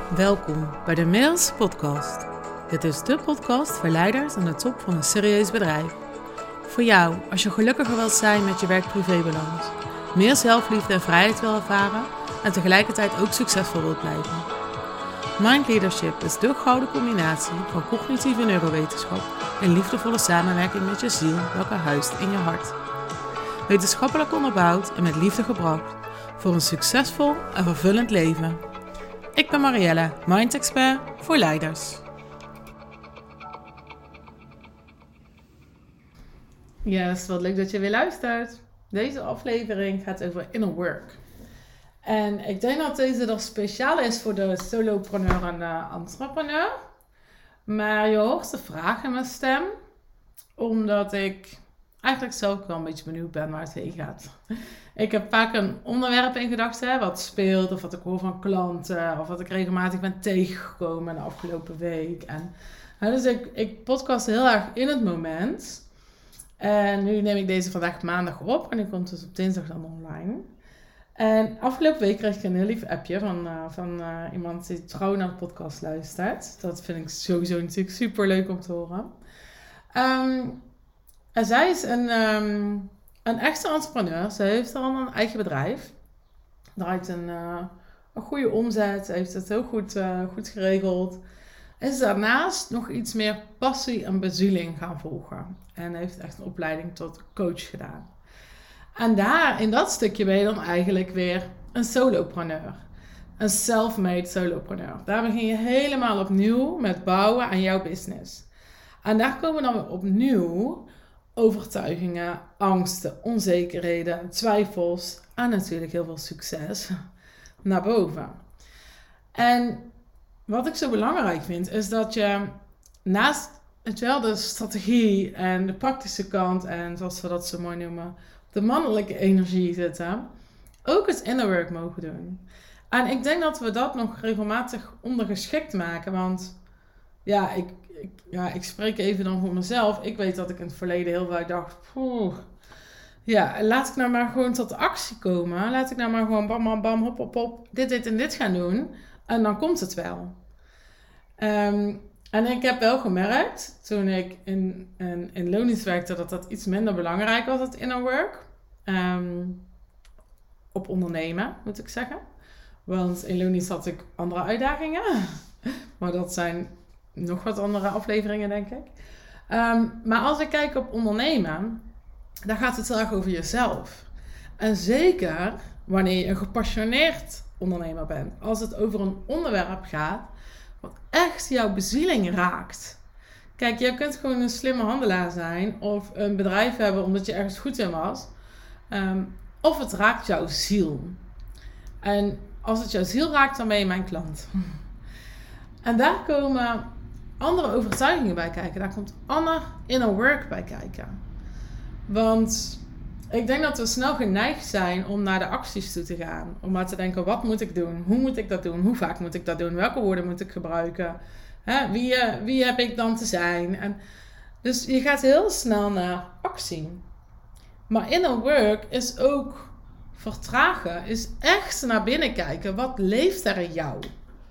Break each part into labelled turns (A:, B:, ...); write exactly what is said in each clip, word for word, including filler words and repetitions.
A: Welkom bij de Mails Podcast. Dit is de podcast voor leiders aan de top van een serieus bedrijf. Voor jou, als je gelukkiger wilt zijn met je werk-privé-balans, meer zelfliefde en vrijheid wil ervaren en tegelijkertijd ook succesvol wilt blijven. Mind Leadership is de gouden combinatie van cognitieve neurowetenschap en liefdevolle samenwerking met je ziel, welke huist in je hart. Wetenschappelijk onderbouwd en met liefde gebracht voor een succesvol en vervullend leven. Ik ben Marielle, Mind Expert voor leiders. Yes, wat leuk dat je weer luistert. Deze aflevering gaat over inner work. En ik denk dat deze er speciaal is voor de solopreneur en de entrepreneur. Maar je hoort de vraag in mijn stem, omdat ik eigenlijk zelf wel een beetje benieuwd ben waar het heen gaat. Ik heb vaak een onderwerp in gedachten, wat speelt, of wat ik hoor van klanten, of wat ik regelmatig ben tegengekomen de afgelopen week. En, dus ik, ik podcast heel erg in het moment. En nu neem ik deze vandaag maandag op en die komt dus op dinsdag dan online. En afgelopen week kreeg ik een heel lief appje van, uh, van uh, iemand die trouw naar de podcast luistert. Dat vind ik sowieso natuurlijk super leuk om te horen. Um, en zij is een, um, een echte entrepreneur. Ze heeft al een eigen bedrijf. Draait een, uh, een goede omzet. Heeft het heel goed, uh, goed geregeld. En is daarnaast nog iets meer passie en bezieling gaan volgen. En heeft echt een opleiding tot coach gedaan. En daar, in dat stukje ben je dan eigenlijk weer een solopreneur. Een self-made solopreneur. Daar begin je helemaal opnieuw met bouwen aan jouw business. En daar komen dan weer opnieuw overtuigingen, angsten, onzekerheden, twijfels en natuurlijk heel veel succes naar boven. En wat ik zo belangrijk vind, is dat je naast het wel de strategie en de praktische kant en zoals we dat zo mooi noemen, de mannelijke energie zitten, ook het inner work mogen doen. En ik denk dat we dat nog regelmatig ondergeschikt maken, want ja, ik, ik, ja, ik spreek even dan voor mezelf. Ik weet dat ik in het verleden heel vaak dacht, poeh, ja, laat ik nou maar gewoon tot de actie komen. Laat ik nou maar gewoon bam, bam, bam, hop, hop, hop, dit, dit en dit gaan doen. En dan komt het wel. Um, en ik heb wel gemerkt, toen ik in, in, in loondienst werkte, dat dat iets minder belangrijk was, het inner work. Um, op ondernemen, moet ik zeggen. Want in loondienst had ik andere uitdagingen. Maar dat zijn nog wat andere afleveringen, denk ik. Um, maar als ik kijk op ondernemen, dan gaat het heel erg over jezelf. En zeker wanneer je een gepassioneerd ondernemer bent. Als het over een onderwerp gaat wat echt jouw bezieling raakt. Kijk, je kunt gewoon een slimme handelaar zijn of een bedrijf hebben omdat je ergens goed in was. Um, of het raakt jouw ziel. En als het jouw ziel raakt, dan ben je mijn klant. En daar komen andere overtuigingen bij kijken. Daar komt ander inner work bij kijken. Want ik denk dat we snel geneigd zijn om naar de acties toe te gaan. Om maar te denken, wat moet ik doen? Hoe moet ik dat doen? Hoe vaak moet ik dat doen? Welke woorden moet ik gebruiken? Hè, wie, wie heb ik dan te zijn? En dus je gaat heel snel naar actie. Maar inner work is ook vertragen. Is echt naar binnen kijken. Wat leeft er in jou?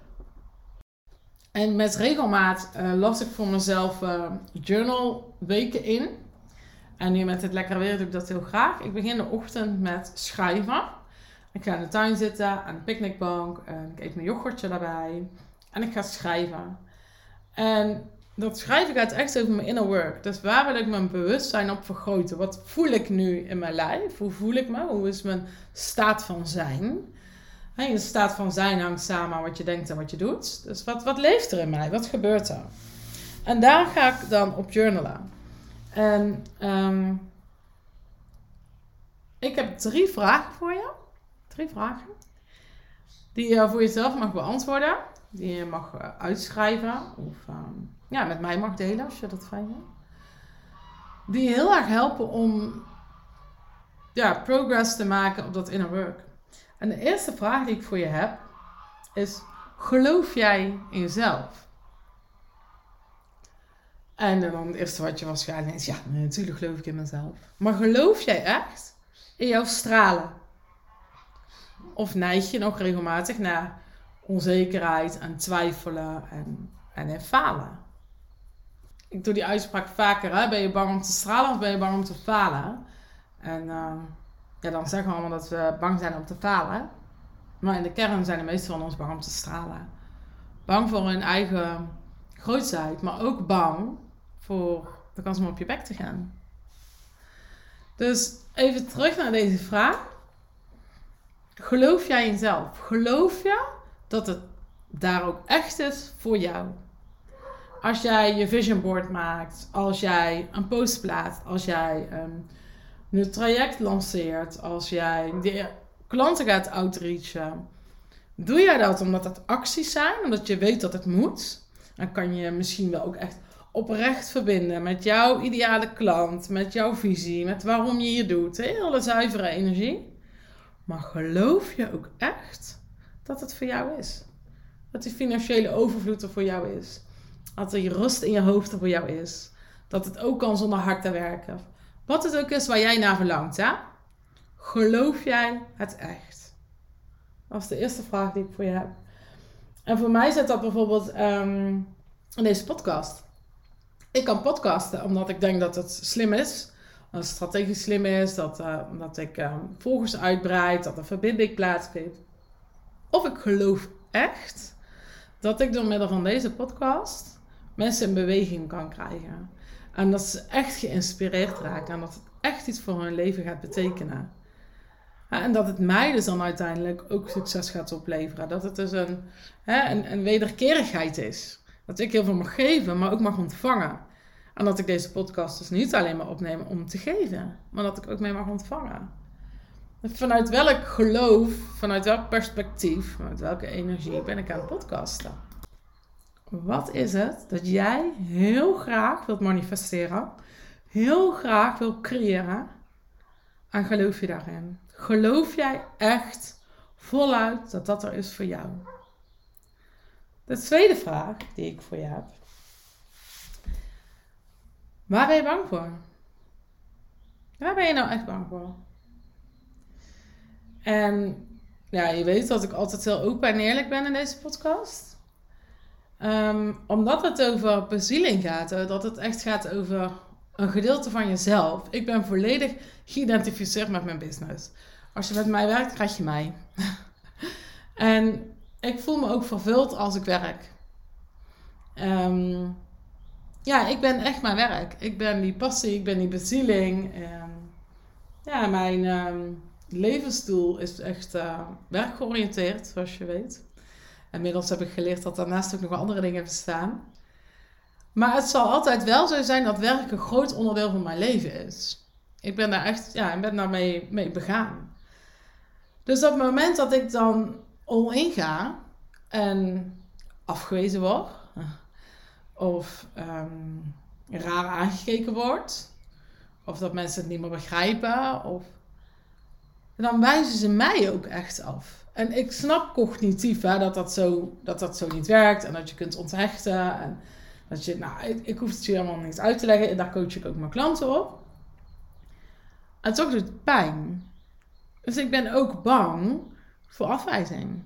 A: En met regelmaat uh, las ik voor mezelf uh, journal weken in. En nu met het lekkere weer doe ik dat heel graag. Ik begin de ochtend met schrijven. Ik ga in de tuin zitten, aan de picknickbank. En ik eet mijn yoghurtje daarbij. En ik ga schrijven. En dat schrijven gaat echt over mijn inner work. Dus waar wil ik mijn bewustzijn op vergroten? Wat voel ik nu in mijn lijf? Hoe voel ik me? Hoe is mijn staat van zijn? En je staat van zijn hangt samen aan wat je denkt en wat je doet. Dus wat, wat leeft er in mij? Wat gebeurt er? En daar ga ik dan op journalen. En um, ik heb drie vragen voor je. Drie vragen. Die je voor jezelf mag beantwoorden. Die je mag uh, uitschrijven. Of um, ja, met mij mag delen als je dat fijn vindt. Die je heel erg helpen om ja, progress te maken op dat inner work. En de eerste vraag die ik voor je heb is: geloof jij in jezelf? En dan het eerste wat je waarschijnlijk is, ja, natuurlijk geloof ik in mezelf. Maar geloof jij echt in jouw stralen? Of neig je nog regelmatig naar onzekerheid en twijfelen en, en in falen. Ik doe die uitspraak vaker. Hè? Ben je bang om te stralen of ben je bang om te falen? En uh, ja, dan zeggen we allemaal dat we bang zijn om te falen. Maar in de kern zijn de meeste van ons bang om te stralen. Bang voor hun eigen grootheid, maar ook bang voor de kans om op je bek te gaan. Dus even terug naar deze vraag. Geloof jij in jezelf? Geloof je dat het daar ook echt is voor jou? Als jij je vision board maakt, als jij een post plaatst, als jij um, een traject lanceert, als jij de klanten gaat outreachen, doe jij dat omdat het acties zijn, omdat je weet dat het moet? Dan kan je misschien wel ook echt oprecht verbinden met jouw ideale klant, met jouw visie, met waarom je hier doet. Hele zuivere energie. Maar geloof je ook echt dat het voor jou is? Dat die financiële overvloed er voor jou is? Dat die rust in je hoofd er voor jou is? Dat het ook kan zonder hard te werken? Wat het ook is waar jij naar verlangt, hè? Geloof jij het echt? Dat is de eerste vraag die ik voor je heb. En voor mij zit dat bijvoorbeeld um, in deze podcast. Ik kan podcasten omdat ik denk dat het slim is. Dat het strategisch slim is. Dat, uh, dat ik um, volgers uitbreid. Dat er verbinding plaatsvindt. Of ik geloof echt dat ik door middel van deze podcast mensen in beweging kan krijgen. En dat ze echt geïnspireerd raken. En dat het echt iets voor hun leven gaat betekenen. En dat het mij dus dan uiteindelijk ook succes gaat opleveren. Dat het dus een, hè, een, een wederkerigheid is. Dat ik heel veel mag geven, maar ook mag ontvangen. En dat ik deze podcast dus niet alleen maar opneem om te geven. Maar dat ik ook mee mag ontvangen. Vanuit welk geloof, vanuit welk perspectief, vanuit welke energie ben ik aan het podcasten? Wat is het dat jij heel graag wilt manifesteren? Heel graag wil creëren? En geloof je daarin? Geloof jij echt voluit dat dat er is voor jou? De tweede vraag die ik voor je heb. Waar ben je bang voor? Waar ben je nou echt bang voor? En ja, je weet dat ik altijd heel open en eerlijk ben in deze podcast. Um, omdat het over bezieling gaat. Dat het echt gaat over een gedeelte van jezelf. Ik ben volledig geïdentificeerd met mijn business. Als je met mij werkt, krijg je mij. En ik voel me ook vervuld als ik werk. Um, ja, ik ben echt mijn werk. Ik ben die passie, ik ben die bezieling. Um, ja, mijn um, levensdoel is echt uh, werkgeoriënteerd, zoals je weet. Inmiddels heb ik geleerd dat daarnaast ook nog wel andere dingen bestaan. Maar het zal altijd wel zo zijn dat werk een groot onderdeel van mijn leven is. Ik ben daar echt, ja, ik ben daarmee mee begaan. Dus op het moment dat ik dan all in ga en afgewezen word, of um, raar aangekeken word, of dat mensen het niet meer begrijpen, of dan wijzen ze mij ook echt af. En ik snap cognitief hè, dat, dat, zo, dat dat zo niet werkt en dat je kunt onthechten. En dat je, nou, ik, ik hoef het je helemaal niet uit te leggen. En daar coach ik ook mijn klanten op. En toch doet het pijn. Dus ik ben ook bang voor afwijzing.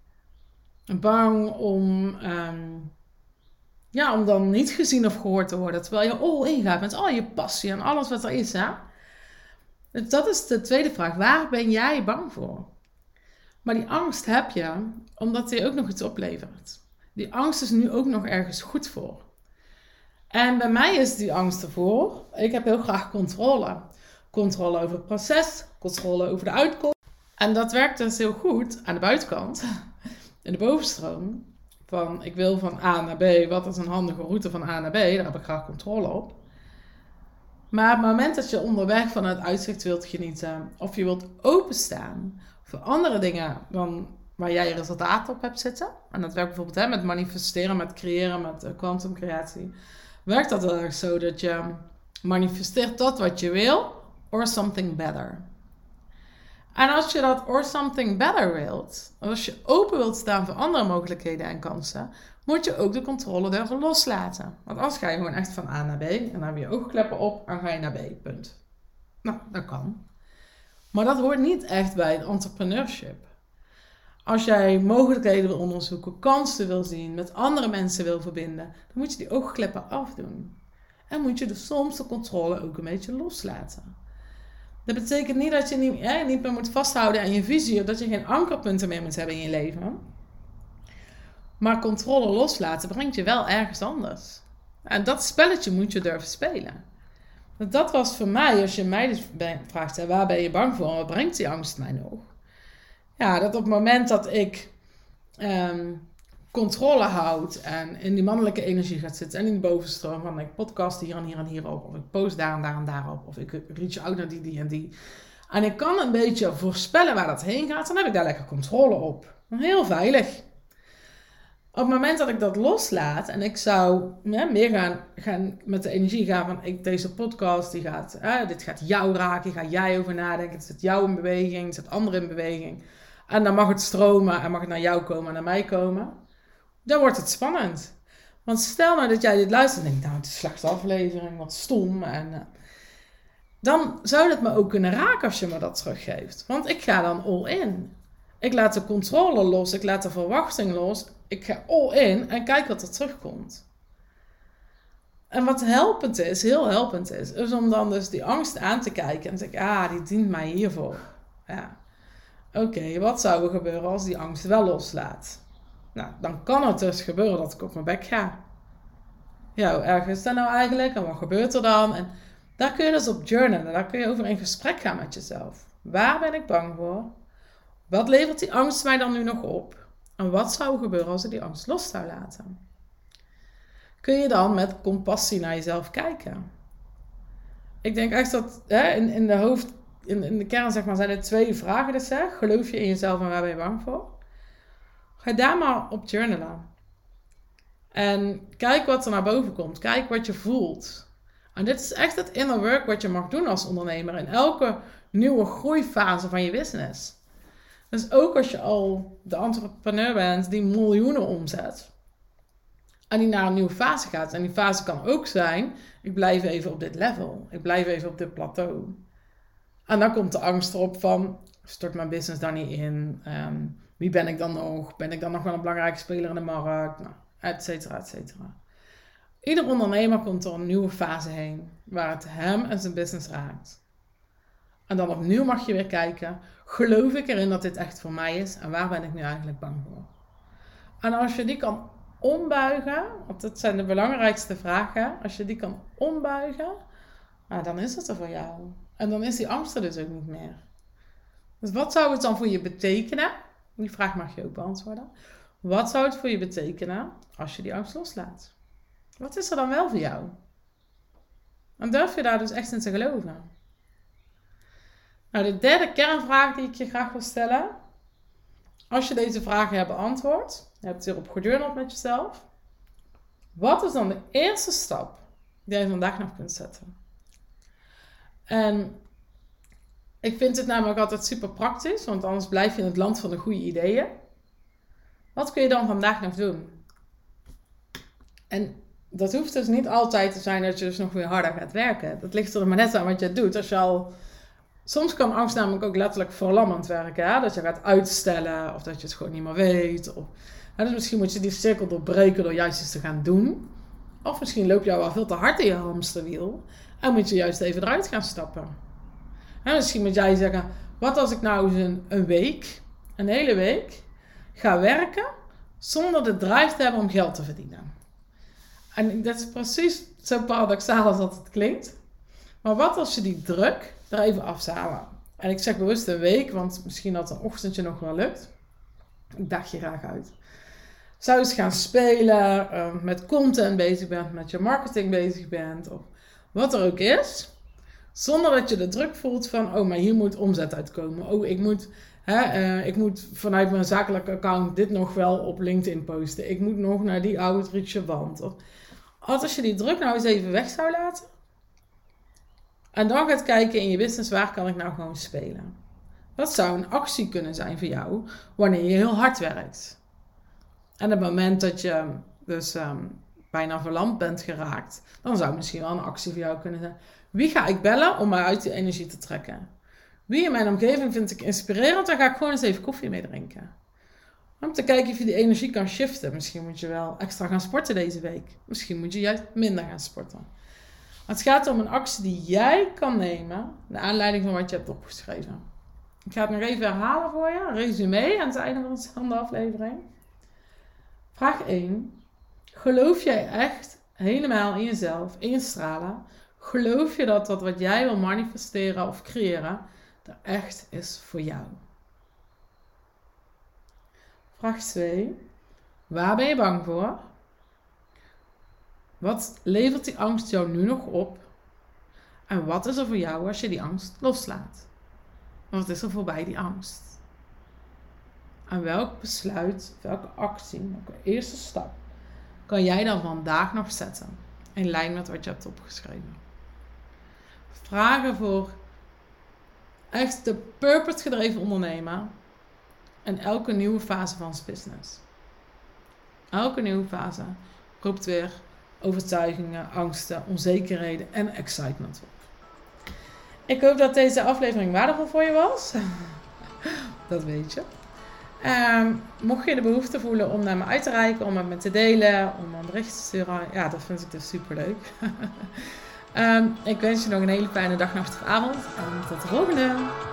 A: Bang om, um, ja, om dan niet gezien of gehoord te worden. Terwijl je all in gaat met al je passie en alles wat er is. Hè? Dus dat is de tweede vraag. Waar ben jij bang voor? Maar die angst heb je omdat die ook nog iets oplevert. Die angst is nu ook nog ergens goed voor. En bij mij is die angst ervoor. Ik heb heel graag controle. Controle over het proces. Controle over de uitkomst. En dat werkt dus heel goed aan de buitenkant. In de bovenstroom. Van ik wil van A naar B. Wat is een handige route van A naar B? Daar heb ik graag controle op. Maar op het moment dat je onderweg van het uitzicht wilt genieten. Of je wilt openstaan voor andere dingen dan waar jij je resultaten op hebt zitten. En dat werkt bijvoorbeeld hè, met manifesteren, met creëren, met kwantumcreatie. Werkt dat heel erg zo dat je manifesteert dat wat je wil, or something better. En als je dat or something better wilt, als je open wilt staan voor andere mogelijkheden en kansen, moet je ook de controle durven loslaten. Want als ga je gewoon echt van A naar B, en dan heb je je oogkleppen op en ga je naar B, punt. Nou, dat kan. Maar dat hoort niet echt bij het entrepreneurship. Als jij mogelijkheden wil onderzoeken, kansen wil zien, met andere mensen wil verbinden, dan moet je die oogkleppen afdoen. En moet je dus soms de controle ook een beetje loslaten. Dat betekent niet dat je niet, hè, niet meer moet vasthouden aan je visie, of dat je geen ankerpunten meer moet hebben in je leven. Maar controle loslaten brengt je wel ergens anders. En dat spelletje moet je durven spelen. Want dat was voor mij, als je mij dus vraagt, hè, waar ben je bang voor? Wat brengt die angst mij nog? Ja, dat op het moment dat ik um, controle houd en in die mannelijke energie gaat zitten en in de bovenstroom van ik podcast hier en hier en hier op, of ik post daar en daar en daarop, of ik reach out naar die, die en die. En ik kan een beetje voorspellen waar dat heen gaat, dan heb ik daar lekker controle op. Heel veilig. Op het moment dat ik dat loslaat en ik zou ja, meer gaan, gaan met de energie gaan van ik, deze podcast, die gaat, eh, dit gaat jou raken, hier ga jij over nadenken, het zet jou in beweging, het zet anderen in beweging. En dan mag het stromen en mag het naar jou komen en naar mij komen. Dan wordt het spannend. Want stel nou dat jij dit luistert en denkt, nou het is een slechte aflevering, wat stom. En, uh, dan zou het me ook kunnen raken als je me dat teruggeeft. Want ik ga dan all in. Ik laat de controle los, ik laat de verwachting los. Ik ga all in en kijk wat er terugkomt. En wat helpend is, heel helpend is, is om dan dus die angst aan te kijken en te zeggen, ah, die dient mij hiervoor. Ja. Oké, okay, wat zou er gebeuren als die angst wel loslaat? Nou, dan kan het dus gebeuren dat ik op mijn bek ga. Ja, hoe erg is dat nou eigenlijk? En wat gebeurt er dan? En daar kun je dus op journalen. Daar kun je over in gesprek gaan met jezelf. Waar ben ik bang voor? Wat levert die angst mij dan nu nog op? En wat zou er gebeuren als ik die angst los zou laten? Kun je dan met compassie naar jezelf kijken? Ik denk echt dat hè, in, in de hoofd... In, in de kern zeg maar, zijn er twee vragen dus. Hè? Geloof je in jezelf en waar ben je bang voor? Ga daar maar op journalen. En kijk wat er naar boven komt. Kijk wat je voelt. En dit is echt het inner work wat je mag doen als ondernemer. In elke nieuwe groeifase van je business. Dus ook als je al de entrepreneur bent die miljoenen omzet. En die naar een nieuwe fase gaat. En die fase kan ook zijn, ik blijf even op dit level. Ik blijf even op dit plateau. En dan komt de angst erop van, stort mijn business daar niet in? Um, wie ben ik dan nog? Ben ik dan nog wel een belangrijke speler in de markt? Nou, et cetera, et cetera. Ieder ondernemer komt door een nieuwe fase heen, waar het hem en zijn business raakt. En dan opnieuw mag je weer kijken, geloof ik erin dat dit echt voor mij is? En waar ben ik nu eigenlijk bang voor? En als je die kan ombuigen, want dat zijn de belangrijkste vragen, als je die kan ombuigen, nou, dan is het er voor jou. En dan is die angst er dus ook niet meer. Dus wat zou het dan voor je betekenen? Die vraag mag je ook beantwoorden. Wat zou het voor je betekenen als je die angst loslaat? Wat is er dan wel voor jou? En durf je daar dus echt in te geloven? Nou, de derde kernvraag die ik je graag wil stellen. Als je deze vragen hebt beantwoord, je hebt hierop gejournald met jezelf. Wat is dan de eerste stap die je vandaag nog kunt zetten? En ik vind het namelijk altijd super praktisch, want anders blijf je in het land van de goede ideeën. Wat kun je dan vandaag nog doen? En dat hoeft dus niet altijd te zijn dat je dus nog weer harder gaat werken. Dat ligt er maar net aan wat je doet. Als je al... Soms kan angst namelijk ook letterlijk verlammend werken. Hè? Dat je gaat uitstellen of dat je het gewoon niet meer weet. Of... Dus misschien moet je die cirkel doorbreken door juist iets te gaan doen. Of misschien loop je al wel veel te hard in je hamsterwiel. En moet je juist even eruit gaan stappen. En misschien moet jij zeggen, wat als ik nou eens een, een week, een hele week, ga werken zonder de drive te hebben om geld te verdienen. En dat is precies zo paradoxaal als dat het klinkt. Maar wat als je die druk er even afzalen? En ik zeg bewust een week, want misschien dat een ochtendje nog wel lukt. Ik daag je graag uit. Zou je eens gaan spelen, uh, met content bezig bent, met je marketing bezig bent, of wat er ook is. Zonder dat je de druk voelt van, oh, maar hier moet omzet uitkomen. Oh, ik moet, hè, uh, ik moet vanuit mijn zakelijke account dit nog wel op LinkedIn posten. Ik moet nog naar die outreach wand. Of, als je die druk nou eens even weg zou laten. En dan gaat kijken in je business, waar kan ik nou gewoon spelen? Dat zou een actie kunnen zijn voor jou, wanneer je heel hard werkt. En op het moment dat je dus um, bijna verlamd bent geraakt, dan zou misschien wel een actie voor jou kunnen zijn. Wie ga ik bellen om mij uit die energie te trekken? Wie in mijn omgeving vind ik inspirerend, dan ga ik gewoon eens even koffie mee drinken. Om te kijken of je die energie kan shiften. Misschien moet je wel extra gaan sporten deze week. Misschien moet je juist minder gaan sporten. Het gaat om een actie die jij kan nemen. Naar aanleiding van wat je hebt opgeschreven. Ik ga het nog even herhalen voor je. Een resume aan het einde van de aflevering. Vraag één. Geloof jij echt helemaal in jezelf, in je stralen? Geloof je dat dat wat jij wil manifesteren of creëren, er echt is voor jou? Vraag twee. Waar ben je bang voor? Wat levert die angst jou nu nog op? En wat is er voor jou als je die angst loslaat? Wat is er voorbij die angst? En welk besluit, welke actie, welke eerste stap kan jij dan vandaag nog zetten? In lijn met wat je hebt opgeschreven. Vragen voor echt de purpose gedreven ondernemen. En elke nieuwe fase van zijn business. Elke nieuwe fase roept weer overtuigingen, angsten, onzekerheden en excitement op. Ik hoop dat deze aflevering waardevol voor je was. Dat weet je. Um, mocht je de behoefte voelen om naar me uit te reiken, om met me te delen, om een bericht te sturen. Ja, dat vind ik dus super leuk. um, ik wens je nog een hele fijne dag, nacht of avond. En tot de volgende.